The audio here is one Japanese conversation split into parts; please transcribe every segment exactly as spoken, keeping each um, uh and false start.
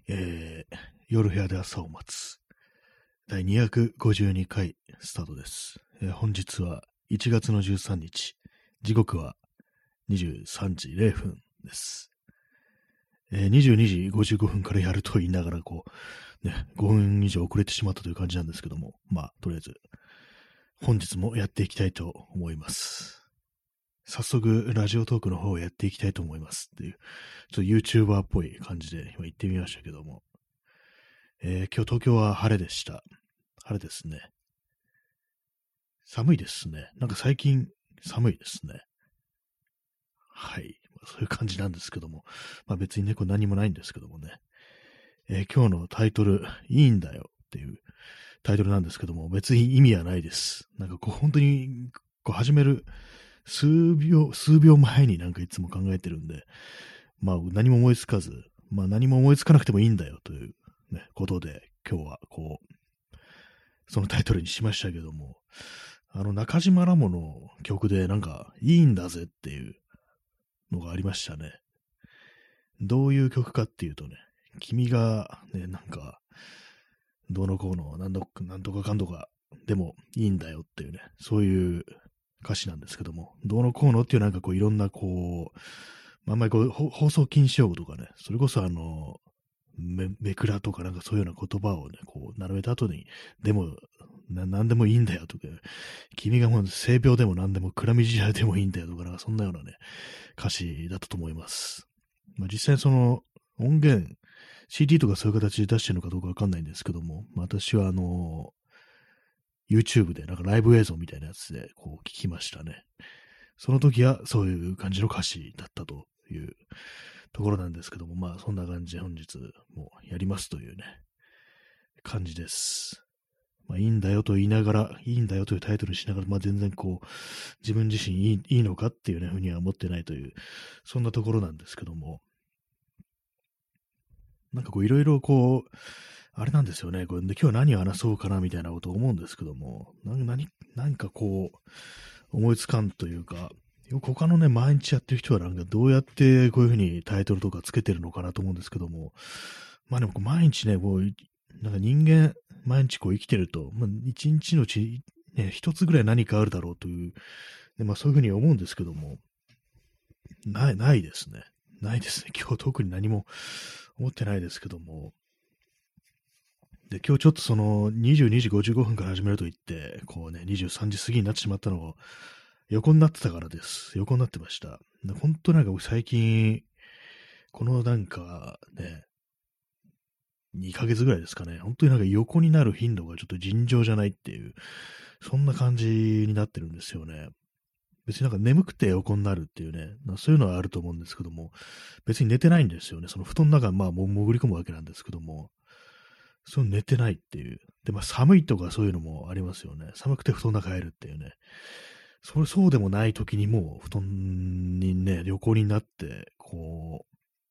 えー、夜部屋で朝を待つ。だいにひゃくごじゅうにかいスタートです。えー本日はいちがつのじゅうさんにち。時刻はにじゅうさんじぜろふんです。えーにじゅうにじごじゅうごふんからやると言いながら、こう、ね、ごふん以上遅れてしまったという感じなんですけども、まあ、とりあえず、本日もやっていきたいと思います。早速、ラジオトークの方をやっていきたいと思いますっていう、ちょっと YouTuber っぽい感じで今行ってみましたけども、えー今日東京は晴れでした。晴れですね。寒いですね。なんか最近寒いですね。はい。そういう感じなんですけども。まあ別にね、これ何もないんですけどもね。えー今日のタイトル、いいんだよっていうタイトルなんですけども、別に意味はないです。なんかこう本当に、こう始める数秒、数秒前になんかいつも考えてるんで、まあ何も思いつかず、まあ何も思いつかなくてもいいんだよという、ね、ことで、今日はこう、そのタイトルにしましたけども、あの中島ラモの曲でなんかいいんだぜっていうのがありましたね。どういう曲かっていうとね、君がね、なんか、どうのこうの、なんどなんとかかんとかでもいいんだよっていうね、そういう歌詞なんですけども、どうのこうのっていうなんかこういろんなこう、あんまりこうほ放送禁止用語とかね、それこそあの、め、めくらとかなんかそういうような言葉をね、こう並べた後に、でも、な、なんでもいいんだよとか、君がもう性病でもなんでも暗みじゃでもいいんだよとか、なんかそんなようなね、歌詞だったと思います。まあ、実際その音源、シーディー とかそういう形で出してるのかどうかわかんないんですけども、まあ私はあの、YouTube でなんかライブ映像みたいなやつでこう聞きましたね。その時はそういう感じの歌詞だったというところなんですけども、まあそんな感じで本日もやりますというね、感じです。まあいいんだよと言いながら、いいんだよというタイトルにしながら、まあ全然こう、自分自身いいいいのかっていうね、ふうには思ってないという、そんなところなんですけども、なんかこういろいろこう、あれなんですよね、これで今日は何を話そうかなみたいなことを思うんですけども、な何、何かこう、思いつかんというか、よく他のね、毎日やってる人はなんかどうやってこういうふうにタイトルとかつけてるのかなと思うんですけども、まあでもこう毎日ね、こう、なんか人間、毎日こう生きてると、まあ一日のうち、ね、一つぐらい何かあるだろうという、ね、まあそういうふうに思うんですけども、ない、ないですね。ないですね。今日特に何も思ってないですけども、で、今日ちょっとそのにじゅうにじごじゅうごふんから始めると言って、こうね、にじゅうさんじ過ぎになってしまったのを横になってたからです。横になってました。で本当なんか僕最近、このなんかね、にかげつぐらいですかね、本当になんか横になる頻度がちょっと尋常じゃないっていう、そんな感じになってるんですよね。別になんか眠くて横になるっていうね、まあそういうのはあると思うんですけども、別に寝てないんですよね。その布団の中にまあもう潜り込むわけなんですけども、そう寝てないっていう。で、まあ寒いとかそういうのもありますよね。寒くて布団の中入るっていうね。それそうでもない時にもう布団にね、旅行になって、こ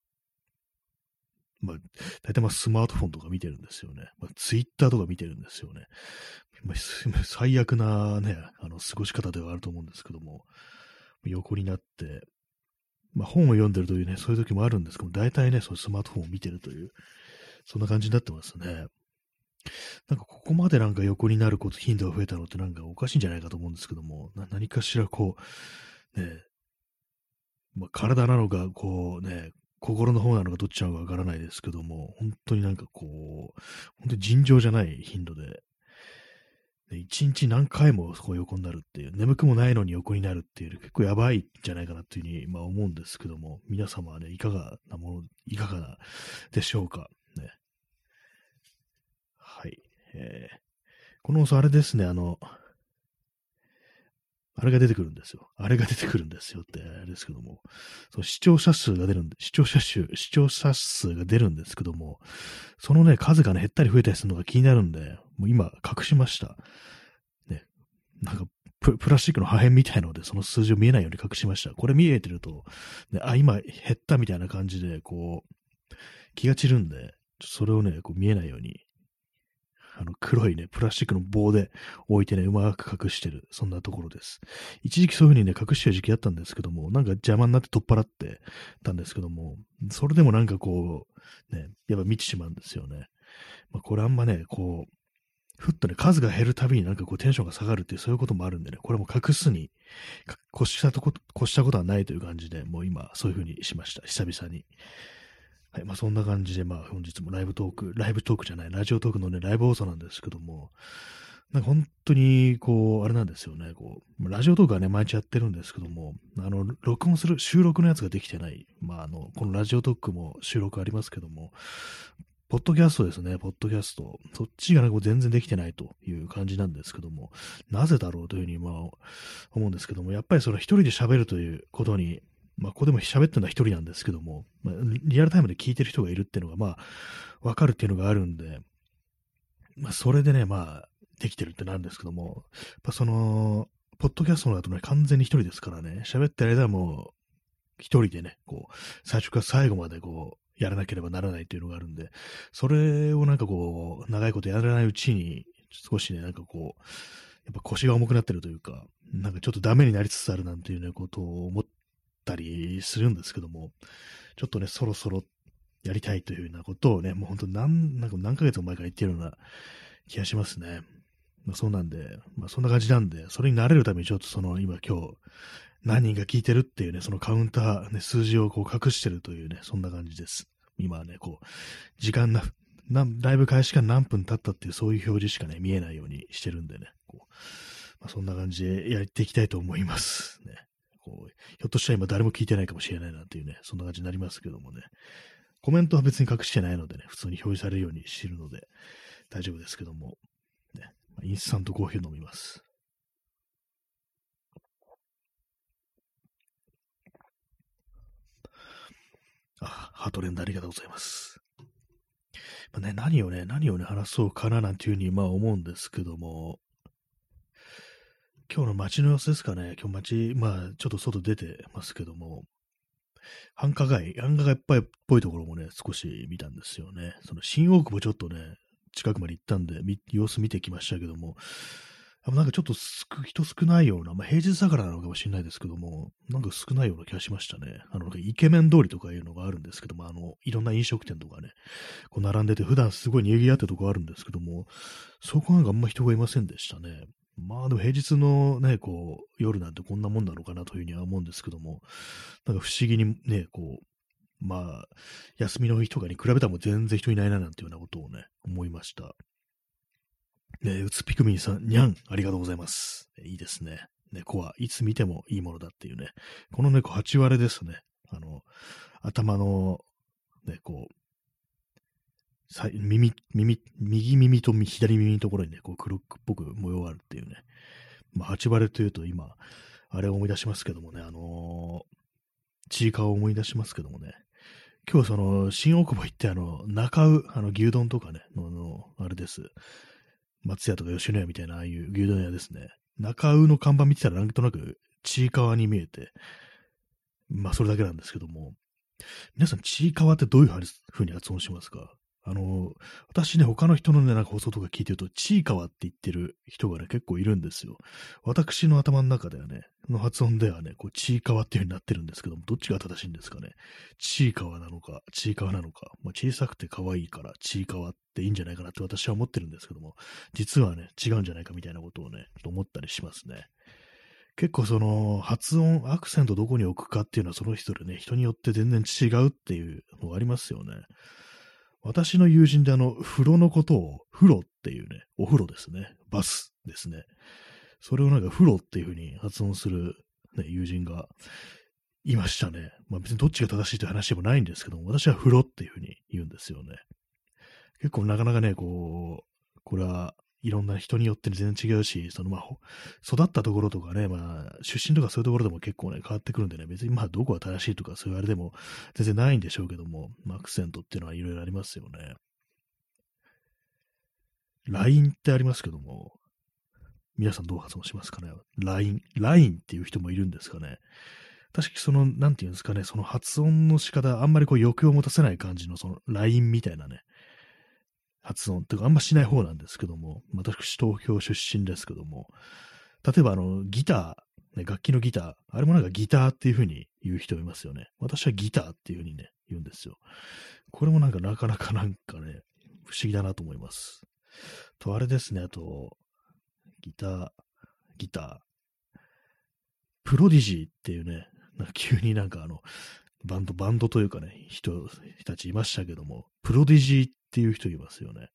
う、まあ、大体まあスマートフォンとか見てるんですよね。まあ、ツイッターとか見てるんですよね。まあ、す最悪なね、あの、過ごし方ではあると思うんですけども、横になって、まあ本を読んでるというね、そういう時もあるんですけども、大体ね、そのスマートフォンを見てるという、そんな感じになってますね。なんかここまでなんか横になること頻度が増えたのってなんかおかしいんじゃないかと思うんですけども、な何かしらこう、ね、まあ、体なのか、こうね、心の方なのかどっちなのかわからないですけども、本当になんかこう、本当に尋常じゃない頻度で、で一日何回もこう横になるっていう、眠くもないのに横になるっていう、結構やばいんじゃないかなっていうふうに、まあ、思うんですけども、皆様はね、いかがなもの、いかがでしょうか。ね。はい。えー、この放送あれですね、あの、あれが出てくるんですよ。あれが出てくるんですよって、あれですけども、その視聴者数が出るんで、視聴者数、視聴者数が出るんですけども、そのね、数がね、減ったり増えたりするのが気になるんで、もう今、隠しました。ね、なんかプ、プラスチックの破片みたいので、その数字を見えないように隠しました。これ見えてると、ね、あ、今減ったみたいな感じで、こう、気が散るんで、それをね、こう見えないように、 あの黒いね、プラスチックの棒で置いてね、うまく隠してる、そんなところです。一時期そういう風にね、隠してる時期あったんですけども、なんか邪魔になって取っ払ってたんですけども、それでもなんかこう、ね、やっぱ見てしまうんですよね。まあ、これあんまね、こう、ふっとね、数が減るたびになんかこうテンションが下がるっていうそういうこともあるんでね、これも隠すに越したとこ、越したことはないという感じで、もう今そういう風にしました。久々に。はい。まあそんな感じで、まあ本日もライブトーク、ライブトークじゃない、ラジオトークのね、ライブ放送なんですけども、なんか本当に、こう、あれなんですよね、こう、ラジオトークはね、毎日やってるんですけども、あの、録音する、収録のやつができてない。まああの、このラジオトークも収録ありますけども、ポッドキャストですね、ポッドキャスト。そっちがなんか全然できてないという感じなんですけども、なぜだろうというふうに、まあ、思うんですけども、やっぱりその一人で喋るということに、まあ、ここでも喋ってるのは一人なんですけども、まあ、リアルタイムで聞いてる人がいるっていうのが、まあ、わかるっていうのがあるんで、まあ、それでね、まあ、できてるってなんですけども、やっぱその、ポッドキャストだとね、完全に一人ですからね、喋ってる間はもう、一人でね、こう、最初から最後までこう、やらなければならないっていうのがあるんで、それをなんかこう、長いことやらないうちに、少しね、なんかこう、やっぱ腰が重くなってるというか、なんかちょっとダメになりつつあるなんていうね、ことを思ったりするんですけども、ちょっとね、そろそろやりたいというようなことをね、もう本当何、なんか何ヶ月も前から言ってるような気がしますね。まあそうなんで、まあそんな感じなんで、それに慣れるためにちょっとその今今日、何人が聞いてるっていうね、そのカウンター、ね、数字をこう隠してるというね、そんな感じです。今はね、こう、時間な、なライブ開始から何分経ったっていうそういう表示しかね、見えないようにしてるんでね、こう、まあ、そんな感じでやっていきたいと思います。ね。こう、ひょっとしたら今誰も聞いてないかもしれないなんていうね、そんな感じになりますけどもね。コメントは別に隠してないのでね、普通に表示されるようにしてるので大丈夫ですけども、ね、インスタントコーヒー飲みます。あ、ハートレンダーありがとうございます。まあね、何をね、何をね、話そうかななんていうふうにまあ思うんですけども、今日の街の様子ですかね。今日街、まあちょっと外出てますけども、繁華街、繁華街いっぱいっぽいところもね、少し見たんですよね。その新大久保ちょっとね、近くまで行ったんで、様子見てきましたけども、なんかちょっとすく人少ないような、まあ、平日だからなのかもしれないですけども、なんか少ないような気がしましたね。あの、なんかイケメン通りとかいうのがあるんですけども、あの、いろんな飲食店とかね、こう並んでて、普段すごい賑わってるとこあるんですけども、そこなんかあんま人がいませんでしたね。まあでも平日のね、こう、夜なんてこんなもんなのかなというふうには思うんですけども、なんか不思議にね、こう、まあ、休みの日とかに比べたらもう全然人いないななんていうようなことをね、思いました。ね、うつぴくみんさん、にゃん、ありがとうございます。いいですね。猫はいつ見てもいいものだっていうね。この猫はち割れですね。あの、頭の、ね、こう、さ耳、耳、右耳と左耳のところにね、こう黒っぽく模様があるっていうね。まあ、はち割れというと今、あれを思い出しますけどもね、あのー、ちいかわを思い出しますけどもね。今日その、新大久保行ってあの、中尾、あの、牛丼とかね、の、のあれです。松屋とか吉野家みたいな、ああいう牛丼屋ですね。中尾の看板見てたらなんとなく、ちいかわに見えて、まあそれだけなんですけども、皆さんちいかわってどういう風に発音しますか？あの、私ね、他の人のね、なんか放送とか聞いてると、ちいかわって言ってる人がね、結構いるんですよ。私の頭の中ではね、の発音ではね、こう、ちいかわっていう風になってるんですけども、どっちが正しいんですかね。ちいかわなのか、ちいかわなのか。まあ、小さくて可愛いから、ちいかわっていいんじゃないかなって私は思ってるんですけども、実はね、違うんじゃないかみたいなことをね、思ったりしますね。結構その発音、アクセントどこに置くかっていうのはその人でね、人によって全然違うっていうのがありますよね。私の友人であの、風呂のことを、風呂っていうね、お風呂ですね。バスですね。それをなんか風呂っていう風に発音する、ね、友人がいましたね。まあ別にどっちが正しいという話でもないんですけども、私は風呂っていう風に言うんですよね。結構なかなかね、こう、これはいろんな人によって全然違うし、そのまあ、育ったところとかね、まあ、出身とかそういうところでも結構ね、変わってくるんでね、別にまあ、どこが正しいとかそういうあれでも全然ないんでしょうけども、まあ、アクセントっていうのはいろいろありますよね。ライン ってありますけども、皆さんどう発音しますかね？ ライン、ライン っていう人もいるんですかね？確かにその、なんていうんですかね、その発音の仕方、あんまりこう欲を持たせない感じの、そのラインみたいなね、 発音っていうかあんましない方なんですけども、私東京出身ですけども、例えばあの、ギター、ね、楽器のギター、あれもなんかギターっていう風に言う人いますよね。私はギターっていう風にね、言うんですよ。これもなんかなかなかなんかね、不思議だなと思います。と、あれですね、あと、ギター、ギター、プロディジーっていうね、なんか急になんかあの、バンド、バンドというかね、人たちいましたけども、プロディジーっていう人いますよね。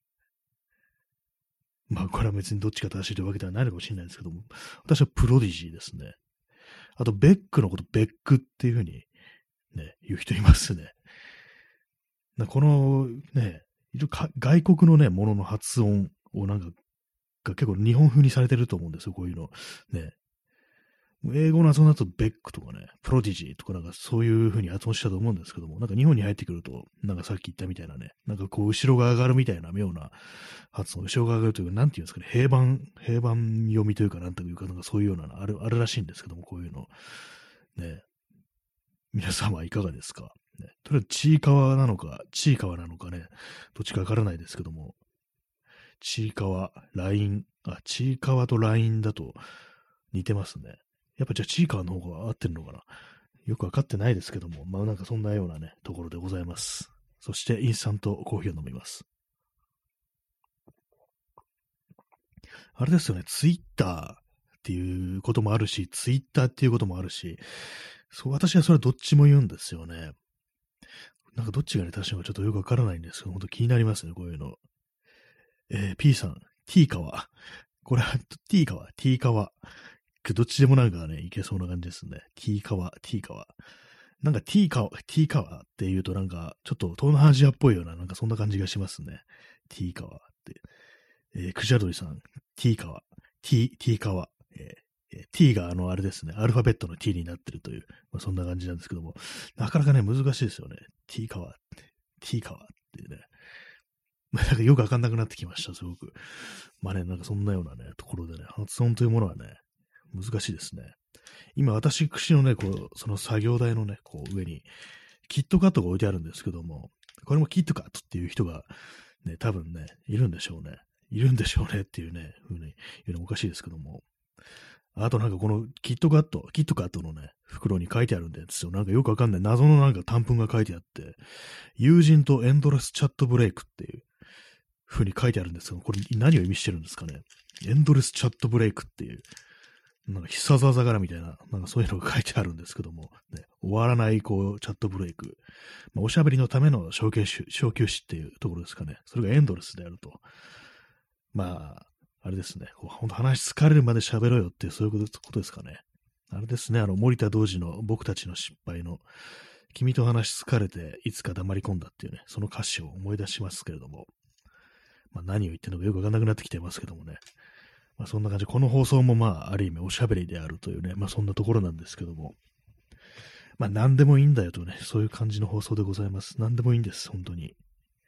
まあ、これは別にどっちが正しいというわけではないのかもしれないですけども、私はプロディジーですね。あと、ベックのこと、ベックっていうふうにね、言う人いますね。なこのね、外国のね、ものの発音をなんか、が結構日本風にされてると思うんですよ、こういうの。ね。英語の発音だとベックとかね、プロディジーとかなんかそういう風に発音したと思うんですけども、なんか日本に入ってくると、なんかさっき言ったみたいなね、なんかこう後ろが上がるみたいな妙な発音、後ろが上がるというか、なんていうんですかね、平板、平板読みというか、なんというか、なんかそういうようなのある、あるらしいんですけども、こういうの。ね。皆様いかがですか、ね、とりあえずちいかわなのか、ちいかわなのかね、どっちかわからないですけども、ちいかわ、ライン、あ、ちいかわとラインだと似てますね。やっぱじゃあちいかわの方が合ってるのかな、よくわかってないですけども、まあなんかそんなようなね、ところでございます。そしてインスタントコーヒーを飲みます。あれですよね、ツイッターっていうこともあるし、ツイッターっていうこともあるし、そう、私はそれはどっちも言うんですよね。なんかどっちがね、正しいのかちょっとよくわからないんですけど、本当気になりますね、こういうの。えー、P さん、T 川。これは T 川、T 川。どっちでもなんかね、いけそうな感じですね。T 川、T 川。なんか T 川、T 川って言うとなんか、ちょっと東南アジアっぽいような、なんかそんな感じがしますね。T 川って。えー、クジャドリさん、T 川、T、T 川。えー、T があの、あれですね、アルファベットの T になってるという、まあ、そんな感じなんですけども、なかなかね、難しいですよね。T 川って、T 川っていうね。まあ、なんかよくわかんなくなってきました、すごく。まあね、なんかそんなようなね、ところでね、発音というものはね、難しいですね。今、私、串のね、こう、その作業台のね、こう、上に、キットカットが置いてあるんですけども、これもキットカットっていう人が、ね、多分ね、いるんでしょうね。いるんでしょうねっていうね、ふうに言うのもおかしいですけども。あとなんかこのキットカット、キットカットのね、袋に書いてあるんですよ。なんかよくわかんない謎のなんか短文が書いてあって、友人とエンドレスチャットブレイクっていう風に書いてあるんですけど、これ何を意味してるんですかね。エンドレスチャットブレイクっていう、なんか必殺技柄みたいな、なんかそういうのが書いてあるんですけども、ね、終わらないこうチャットブレイク。まあ、おしゃべりのための小休止、小休止っていうところですかね。それがエンドレスであると。まあ、あれですね。ほんと話疲れるまで喋ろうよっていう、そういうことですかね。あれですね。あの、森田童子の僕たちの失敗の、君と話疲れていつか黙り込んだっていうね、その歌詞を思い出しますけれども、まあ、何を言ってるのかよくわかんなくなってきてますけどもね。まあ、そんな感じ。この放送もまあ、ある意味おしゃべりであるというね、まあそんなところなんですけども、まあ何でもいいんだよとね、そういう感じの放送でございます。何でもいいんです、本当に。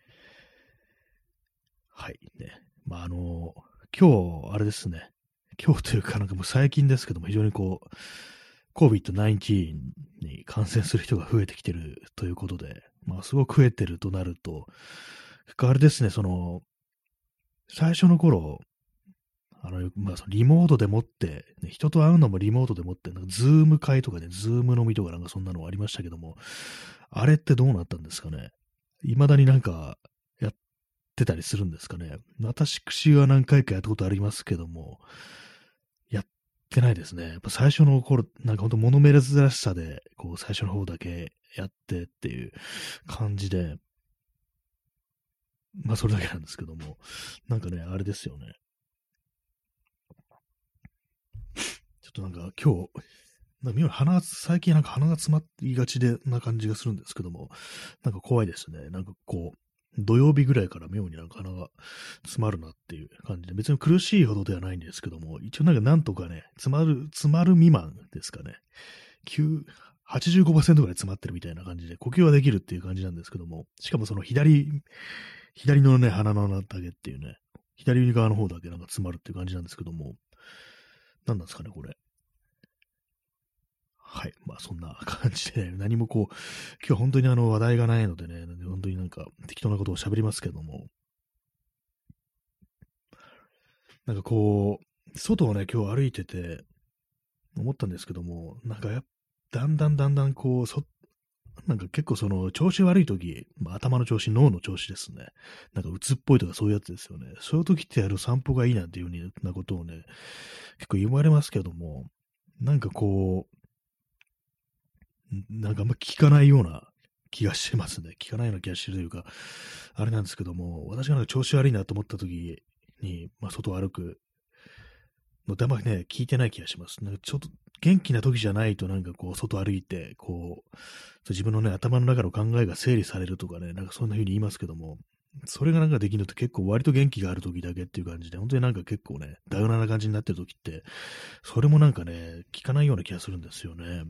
はい。ね。まああの、今日、あれですね。今日というかなんかもう最近ですけども、非常にこう、コービッドナインティーン に感染する人が増えてきてるということで、まあすごく増えてるとなると、あれですね、その、最初の頃、あの、まあ、そのリモートでもって、ね、人と会うのもリモートでもって、なんかズーム会とかね、ズーム飲みとかなんかそんなのありましたけども、あれってどうなったんですかね。未だになんかやってたりするんですかね。私は何回かやったことありますけども、やってないですね。やっぱ最初の頃、なんかほんと物珍しさで、こう最初の方だけやってっていう感じで、まあそれだけなんですけども、なんかね、あれですよね。ちょっとなんか今日、なんか鼻が、最近なんか鼻が詰まりがちでな感じがするんですけども、なんか怖いですね。なんかこう、土曜日ぐらいから妙になんか鼻が詰まるなっていう感じで、別に苦しいほどではないんですけども、一応なんかなんとかね、詰まる、詰まる未満ですかね。きゅう、はちじゅうごパーセントぐらい詰まってるみたいな感じで、呼吸はできるっていう感じなんですけども、しかもその左、左のね、鼻の穴だけっていうね、左側の方だけなんか詰まるっていう感じなんですけども、何なんですかね、これ。はい。まあそんな感じで、ね、何もこう、今日本当にあの話題がないのでね、本当になんか適当なことを喋りますけども、 なんかこう、外をね、今日歩いてて、思ったんですけども、なんかやだんだんだんだんこう、そなんか結構その調子悪い時、まあ、頭の調子、脳の調子ですね。なんか鬱っぽいとかそういうやつですよね。そういう時ってやる散歩がいいなんていう風なことをね、結構言われますけども、なんかこう、なんかあんま聞かないような気がしてますね。聞かないような気がしてるというか、あれなんですけども、私がなんか調子悪いなと思った時に、まあ、外を歩くのってあんまね、聞いてない気がします。なんかちょっと元気な時じゃないとなんかこう、外歩いて、こう、自分のね、頭の中の考えが整理されるとかね、なんかそんな風に言いますけども、それがなんかできるのって結構割と元気がある時だけっていう感じで、本当になんか結構ね、ダウナーな感じになってる時って、それもなんかね、効かないような気がするんですよね。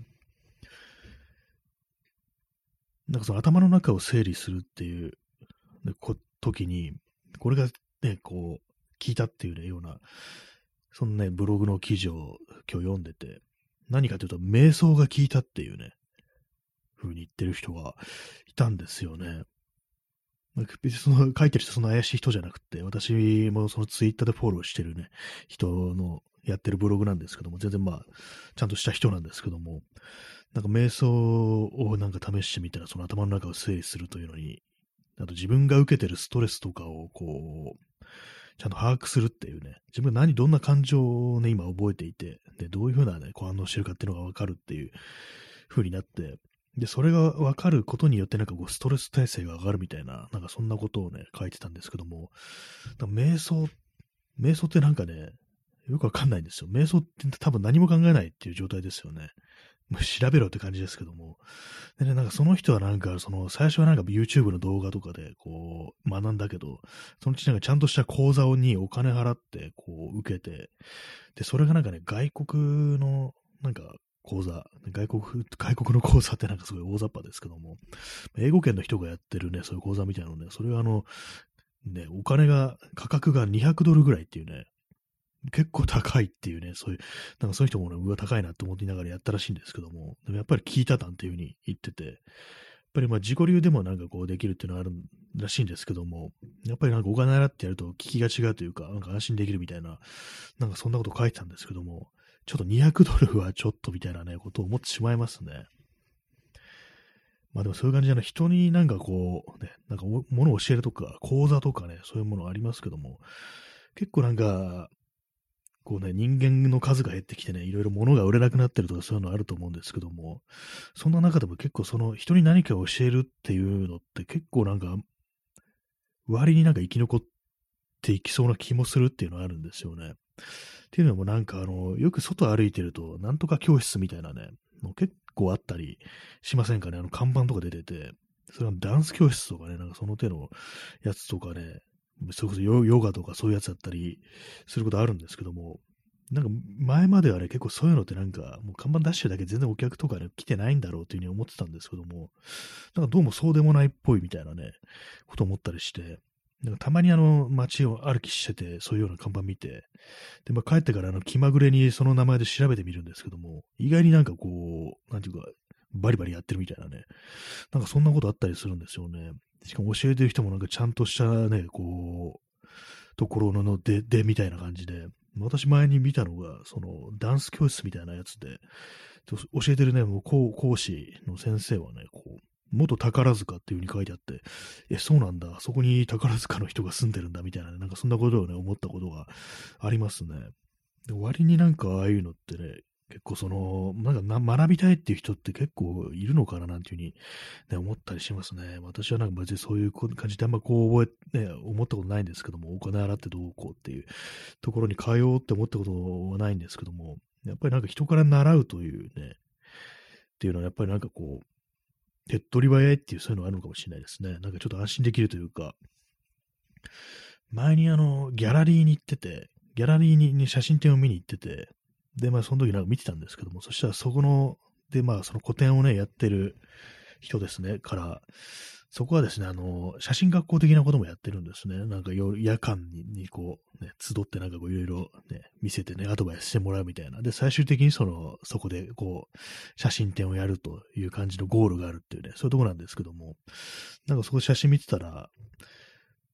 なんかその頭の中を整理するっていう、ね、こ時に、これがね、こう、聞いたっていうね、ような、そのね、ブログの記事を今日読んでて、何かというと、瞑想が効いたっていうね、風に言ってる人がいたんですよね。まあ別にその書いてる人、その怪しい人じゃなくて、私もそのツイッターでフォローしてるね、人のやってるブログなんですけども、全然まあ、ちゃんとした人なんですけども、なんか瞑想をなんか試してみたら、その頭の中を整理するというのに、あと自分が受けてるストレスとかをこう、ちゃんと把握するっていうね、自分が何、どんな感情をね、今覚えていて、で、どういうふうなね、こう反応してるかっていうのがわかるっていう風になって、で、それがわかることによってなんかこう、ストレス耐性が上がるみたいな、なんかそんなことをね、書いてたんですけども、瞑想、瞑想ってなんかね、よくわかんないんですよ。瞑想って多分何も考えないっていう状態ですよね。もう調べろって感じですけども。でね、なんかその人はなんか、その、最初はなんか YouTube の動画とかでこう、学んだけど、そのうちなんかちゃんとした講座にお金払って、こう、受けて、で、それがなんかね、外国の、なんか、講座、外国、外国の講座ってなんかすごい大雑把ですけども、英語圏の人がやってるね、そういう講座みたいなのね、それはあの、ね、お金が、価格がにひゃくドルぐらいっていうね、結構高いっていうね、そういう、なんかそういう人もね、うわ、高いなって思ってながらやったらしいんですけども、でもやっぱり聞いたなんていうふうに言ってて、やっぱりまあ自己流でもなんかこうできるっていうのはあるらしいんですけども、やっぱりなんかお金払ってやると聞きが違うというか、なんか安心できるみたいな、なんかそんなこと書いてたんですけども、ちょっとにひゃくドルはちょっとみたいなね、ことを思ってしまいますね。まあでもそういう感じで、あの人になんかこう、ね、なんかものを教えるとか、講座とかね、そういうものありますけども、結構なんか、こうね、人間の数が減ってきてね、いろいろ物が売れなくなってるとかそういうのあると思うんですけども、そんな中でも結構その人に何かを教えるっていうのって結構なんか、割になんか生き残っていきそうな気もするっていうのはあるんですよね。っていうのもなんかあの、よく外歩いてると、なんとか教室みたいなね、もう結構あったりしませんかね、あの看板とか出てて、それはダンス教室とかね、なんかその手のやつとかね、それこそヨヨガとかそういうやつだったりすることあるんですけども、なんか前まではね、結構そういうのってなんか、もう看板出してるだけで全然お客とかね、来てないんだろうっていうふうに思ってたんですけども、なんかどうもそうでもないっぽいみたいなね、こと思ったりして、なんかたまにあの街を歩きしてて、そういうような看板見て、で、まあ、帰ってからあの気まぐれにその名前で調べてみるんですけども、意外になんかこう、なんていうか、バリバリやってるみたいなね、なんかそんなことあったりするんですよね。しかも教えてる人もなんかちゃんとしたね、こう、ところので、で、みたいな感じで、私前に見たのが、そのダンス教室みたいなやつで、教えてるね、もう講講師の先生はね、こう、元宝塚っていう風に書いてあって、え、そうなんだ、そこに宝塚の人が住んでるんだみたいなね、なんかそんなことをね、思ったことがありますね。で割になんかああいうのってね、結構その、なんかな学びたいっていう人って結構いるのかななんていう風に、ね、思ったりしますね。私はなんか別にそういう感じであんまこう覚え、ね、思ったことないんですけども、お金払ってどうこうっていうところに通おうって思ったことはないんですけども、やっぱりなんか人から習うというね、っていうのはやっぱりなんかこう、手っ取り早いっていうそういうのがあるのかもしれないですね。なんかちょっと安心できるというか、前にあの、ギャラリーに行ってて、ギャラリーに、に写真展を見に行ってて、で、まあその時なんか見てたんですけども、そしたらそこの、で、まあその個展をね、やってる人ですね、から、そこはですね、あの、写真学校的なこともやってるんですね。なんか夜、夜間に、にこう、ね、集ってなんかこういろいろね、見せてね、アドバイスしてもらうみたいな。で、最終的にその、そこでこう、写真展をやるという感じのゴールがあるっていうね、そういうとこなんですけども、なんかそこ写真見てたら、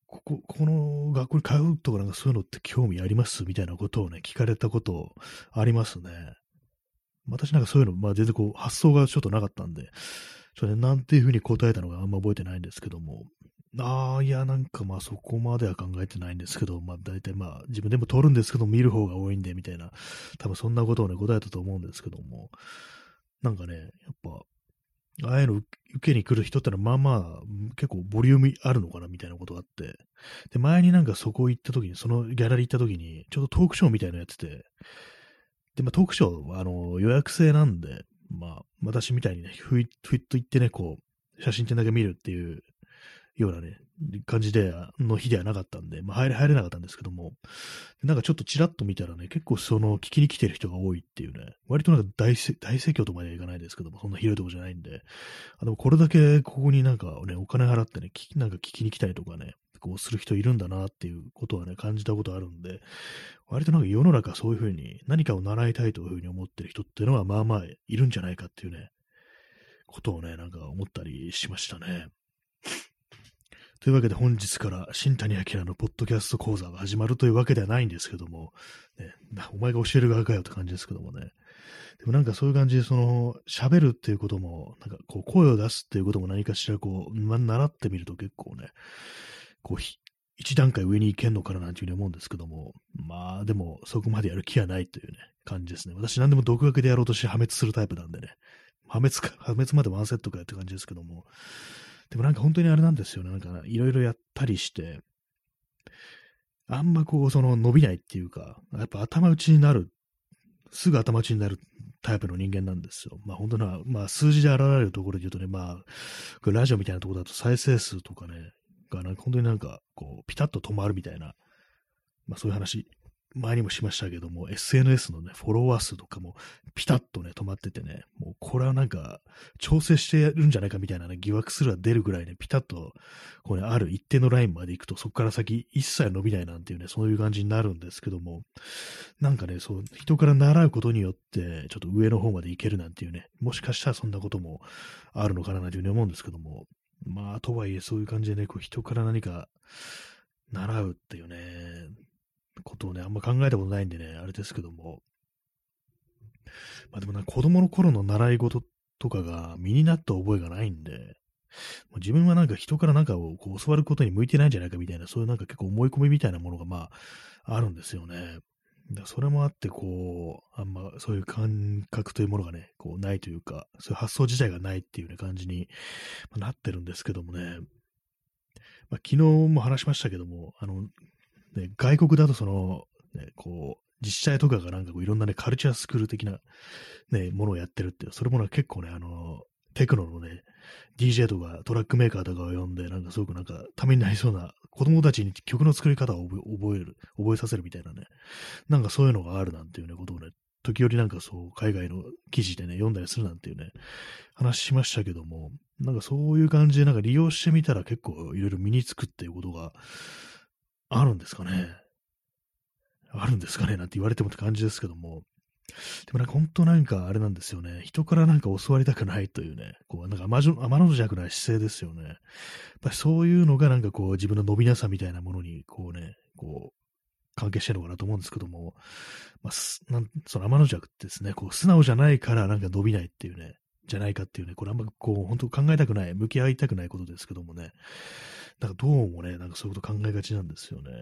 ここ、この学校に通うとかなんかそういうのって興味ありますみたいなことをね、聞かれたことありますね。私なんかそういうの、まあ全然こう発想がちょっとなかったんで、ちょっとね、なんていうふうに答えたのがあんま覚えてないんですけども、ああ、いや、なんかまあそこまでは考えてないんですけど、まあ大体まあ自分でも撮るんですけど、見る方が多いんで、みたいな、多分そんなことをね、答えたと思うんですけども、なんかね、やっぱ、ああいうの受けに来る人ってのはまあまあ結構ボリュームあるのかなみたいなことがあって、で、前になんかそこ行った時に、そのギャラリー行った時に、ちょっとトークショーみたいなのやってて、で、まあトークショーはあの予約制なんで、まあ私みたいにね、ふい、ふいっと行ってね、こう、写真展だけ見るっていうようなね、感じで、の日ではなかったんで、まあ入れ、入れなかったんですけども、なんかちょっとちらっと見たらね、結構その聞きに来てる人が多いっていうね、割となんか大せ大盛況とまではいかないですけども、そんな広いとこじゃないんで、あでもこれだけここになんかね、お金払ってね、聞きなんか聞きに来たりとかね、こうする人いるんだなっていうことはね、感じたことあるんで、割となんか世の中そういうふうに何かを習いたいというふうに思ってる人っていうのはまあまあいるんじゃないかっていうね、ことをね、なんか思ったりしましたね。というわけで本日から新谷明のポッドキャスト講座が始まるというわけではないんですけども、ね、お前が教える側かよって感じですけどもね。でもなんかそういう感じで、その、喋るっていうことも、なんかこう声を出すっていうことも何かしらこう、ま、習ってみると結構ね、こう、一段階上に行けんのかななんていうふうに思うんですけども、まあでもそこまでやる気はないというね、感じですね。私何でも独学でやろうとして破滅するタイプなんでね、破滅か、破滅までワンセットかよって感じですけども、でもなんか本当にあれなんですよね。なんかいろいろやったりして、あんまこう、その伸びないっていうか、やっぱ頭打ちになる、すぐ頭打ちになるタイプの人間なんですよ。まあ本当な、まあ数字で現れるところで言うとね、まあ、これラジオみたいなところだと再生数とかね、がなんか本当になんかこう、ピタッと止まるみたいな、まあそういう話前にもしましたけども、エスエヌエス のね、フォロワー数とかもピタッとね、止まっててね、もうこれはなんか、調整してるんじゃないかみたいなね、疑惑すら出るぐらいね、ピタッと、こうね、ある一定のラインまで行くと、そこから先一切伸びないなんていうね、そういう感じになるんですけども、なんかね、そう、人から習うことによって、ちょっと上の方まで行けるなんていうね、もしかしたらそんなこともあるのかななんていうふうに思うんですけども、まあ、とはいえ、そういう感じでね、こう人から何か習うっていうね、ことをね、あんま考えたことないんでね、あれですけども。まあでもな、子供の頃の習い事とかが身になった覚えがないんで、自分はなんか人からなんかをこう教わることに向いてないんじゃないかみたいな、そういうなんか結構思い込みみたいなものがまあ、あるんですよね。だそれもあって、こう、あんまそういう感覚というものがね、こうないというか、そういう発想自体がないっていうね感じになってるんですけどもね。まあ、昨日も話しましたけども、あの、ね、外国だとその、ね、こう、自治体とかがなんかこういろんなね、カルチャースクール的なね、ものをやってるっていう、それもなんか結構ね、あの、テクノのね、ディージェー とかトラックメーカーとかを呼んで、なんかすごくなんかためになりそうな、子供たちに曲の作り方を覚え覚える、覚えさせるみたいなね、なんかそういうのがあるなんていうね、ことをね、時折なんかそう、海外の記事でね、読んだりするなんていうね、話しましたけども、なんかそういう感じでなんか利用してみたら結構いろいろ身につくっていうことがあるんですかね。あるんですかねなんて言われてもって感じですけども。でもなんか本当なんかあれなんですよね。人からなんか教わりたくないというね、こうなんか甘じょ甘の弱な姿勢ですよね。やっぱりそういうのがなんかこう自分の伸びなさみたいなものにこうね、こう関係してるのかなと思うんですけども、まあ、すなんその天の弱ってですね、こう素直じゃないからなんか伸びないっていうね、じゃないかっていうね、これあんまこう本当考えたくない、向き合いたくないことですけどもね、なんかどうもね、なんかそういうこと考えがちなんですよね。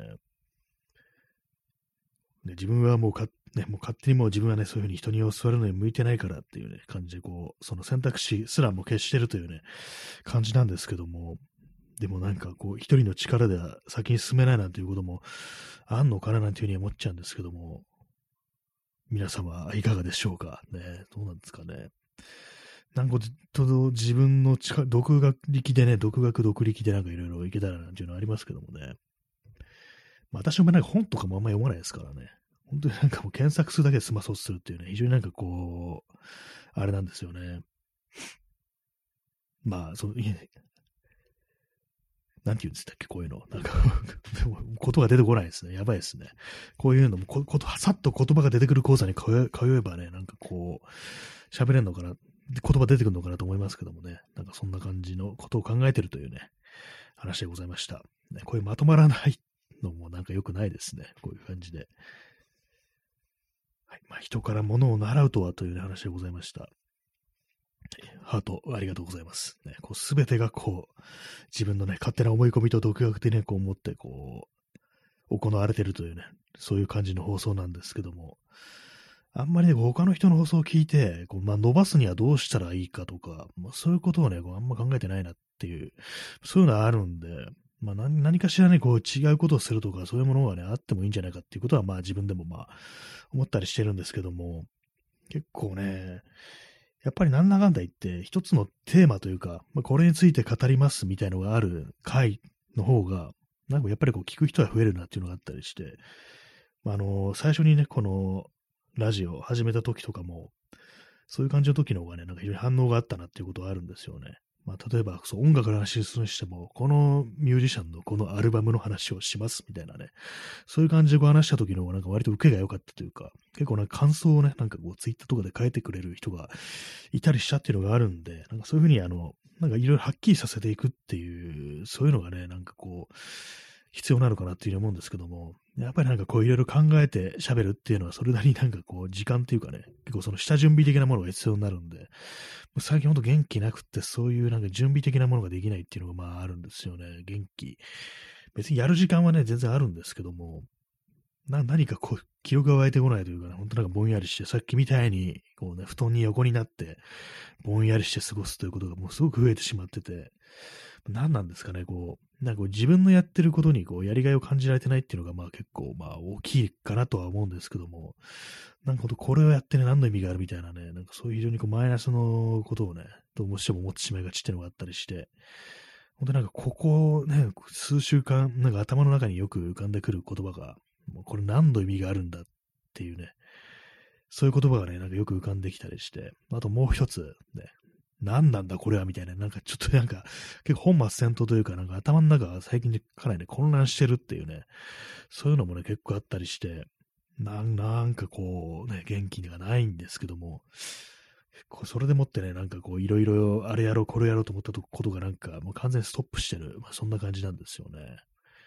ね、自分はもうか、ね、もう勝手にもう自分はね、そういうふうに人に教わるのに向いてないからっていうね、感じでこう、その選択肢すらも消してるというね、感じなんですけども、でもなんかこう、一人の力では先に進めないなんていうこともあんのかななんていうふうに思っちゃうんですけども、皆様いかがでしょうかね、どうなんですかね。なんかずっと自分の力、独学力でね、独学独力でなんかいろいろいけたらなんていうのはありますけどもね。まあ、私もなんか本とかもあんま読まないですからね。本当になんかもう検索するだけで済まそうとするっていうね、非常になんかこう、あれなんですよね。まあ、その、いなんて言うんですっけ、こういうの。なんかでも言葉出てこないですね。やばいですね。こういうのもこ、こと、さっと言葉が出てくる講座に通え通えばね、なんかこう、喋れるのかな、言葉出てくるのかなと思いますけどもね。なんかそんな感じのことを考えてるというね、話でございました。 ね、こういうまとまらないのもなんか良くないですね。こういう感じで。はい。まあ、人から物を習うとはという、ね、話でございました。ハート、ありがとうございます。ね、こう、すべてがこう、自分のね、勝手な思い込みと独学でね、こう思って、こう、行われているというね、そういう感じの放送なんですけども、あんまりね、他の人の放送を聞いて、こうまあ、伸ばすにはどうしたらいいかとか、まあ、そういうことをね、こうあんま考えてないなっていう、そういうのはあるんで、まあ何、何かしらね、こう違うことをするとか、そういうものがね、あってもいいんじゃないかっていうことは、まあ自分でもまあ、思ったりしてるんですけども、結構ね、やっぱりなんだかんだ言って、一つのテーマというか、まあ、これについて語りますみたいのがある回の方が、なんかやっぱりこう聞く人が増えるなっていうのがあったりして、まあ、あの、最初にね、このラジオを始めた時とかも、そういう感じの時の方がね、なんか非常に反応があったなっていうことはあるんですよね。まあ、例えば、そう音楽の話するにしても、このミュージシャンのこのアルバムの話をしますみたいなね、そういう感じでこう話した時の方がなんか割と受けが良かったというか、結構なんか感想をね、なんかこうツイッターとかで書いてくれる人がいたりしたっていうのがあるんで、なんかそういうふうにあの、なんかいろいろはっきりさせていくっていう、そういうのがね、なんかこう、必要なのかなっていうふうに思うんですけども、やっぱりなんかこういろいろ考えて喋るっていうのはそれなりになんかこう時間っていうかね、結構その下準備的なものが必要になるんで、最近ほんと元気なくってそういうなんか準備的なものができないっていうのがまああるんですよね。元気。別にやる時間はね、全然あるんですけども、な、何かこう、記憶が湧いてこないというかね、ほんとなんかぼんやりして、さっきみたいに、こうね、布団に横になって、ぼんやりして過ごすということがもうすごく増えてしまってて、何なんですかね、こう、なんかこう自分のやってることにこう、やりがいを感じられてないっていうのが、まあ結構、まあ大きいかなとは思うんですけども、なんかほんとこれをやってね、何の意味があるみたいなね、なんかそういう非常にこう、マイナスのことをね、どうしても思ってしまいがちっていうのがあったりして、ほんとなんかここね、数週間、なんか頭の中によく浮かんでくる言葉が、もうこれ何の意味があるんだっていうね、そういう言葉がね、なんかよく浮かんできたりして、あともう一つ、ね、何なんだこれはみたいな、なんかちょっとなんか、結構本末転倒というか、なんか頭の中が最近でかなりね、混乱してるっていうね、そういうのもね、結構あったりして、なん、なんかこう、ね、元気がないんですけども、こうそれでもってね、なんかこう、いろいろあれやろう、これやろうと思ったことがなんか、もう完全にストップしてる、まあ、そんな感じなんですよね。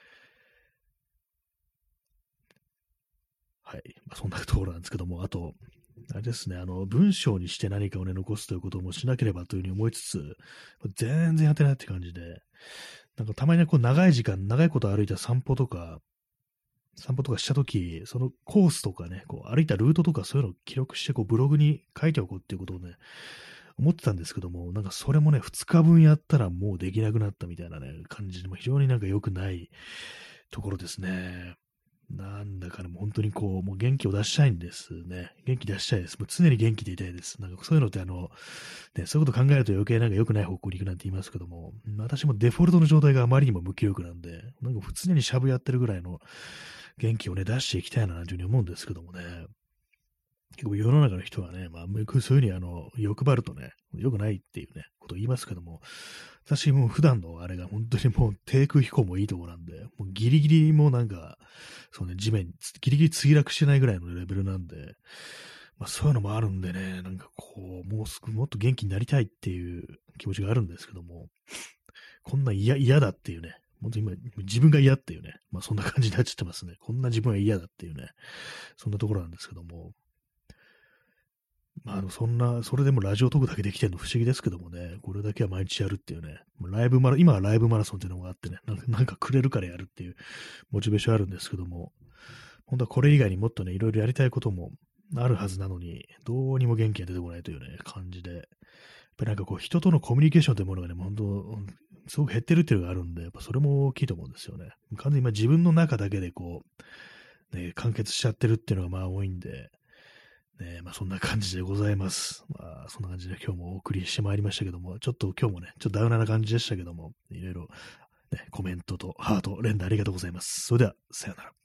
はい。まあ、そんなところなんですけども、あと、あれですね、あの、文章にして何かをね、残すということもしなければというふうに思いつつ、全然やってないって感じで、なんかたまにね、こう長い時間、長いこと歩いた散歩とか、散歩とかしたとき、そのコースとかね、こう歩いたルートとかそういうのを記録して、こうブログに書いておこうっていうことをね、思ってたんですけども、なんかそれもね、ふつかぶんやったらもうできなくなったみたいなね、感じで、も非常になんか良くないところですね。なんだかね、もう本当にこう、もう元気を出したいんですね。元気出したいです。もう常に元気でいたいです。なんかそういうのってあの、ね、そういうこと考えると余計なんか良くない方向に行くなんて言いますけども、私もデフォルトの状態があまりにも無気力なんで、なんか常にしゃぶやってるぐらいの元気をね、出していきたいななんていうふうに思うんですけどもね。結構世の中の人はね、まあ、そういうふうにあの、欲張るとね、良くないっていうね、ことを言いますけども、私もう普段のあれが本当にもう低空飛行もいいところなんで、もうギリギリもなんか、そうね、地面にギリギリ墜落してないぐらいのレベルなんで、まあそういうのもあるんでね、なんかこう、もうすぐもっと元気になりたいっていう気持ちがあるんですけども、こんな嫌、嫌だっていうね、本当に今、自分が嫌っていうね、まあそんな感じになっちゃってますね。こんな自分は嫌だっていうね、そんなところなんですけども、まあ、あの、そんな、それでもラジオトークだけできてるの不思議ですけどもね、これだけは毎日やるっていうね、ライブマラ、今はライブマラソンっていうのがあってね、なんか、なんかくれるからやるっていうモチベーションあるんですけども、本当はこれ以外にもっとね、いろいろやりたいこともあるはずなのに、どうにも元気が出てこないというね、感じで、やっぱりなんかこう、人とのコミュニケーションというものがね、本当、すごく減ってるっていうのがあるんで、やっぱそれも大きいと思うんですよね。完全に今自分の中だけでこう、ね、完結しちゃってるっていうのがまあ多いんで、ね、まあそんな感じでございます。まあそんな感じで今日もお送りしてまいりましたけども、ちょっと今日もね、ちょっとダウナーな感じでしたけども、いろいろね、コメントとハート、連打ありがとうございます。それでは、さよなら。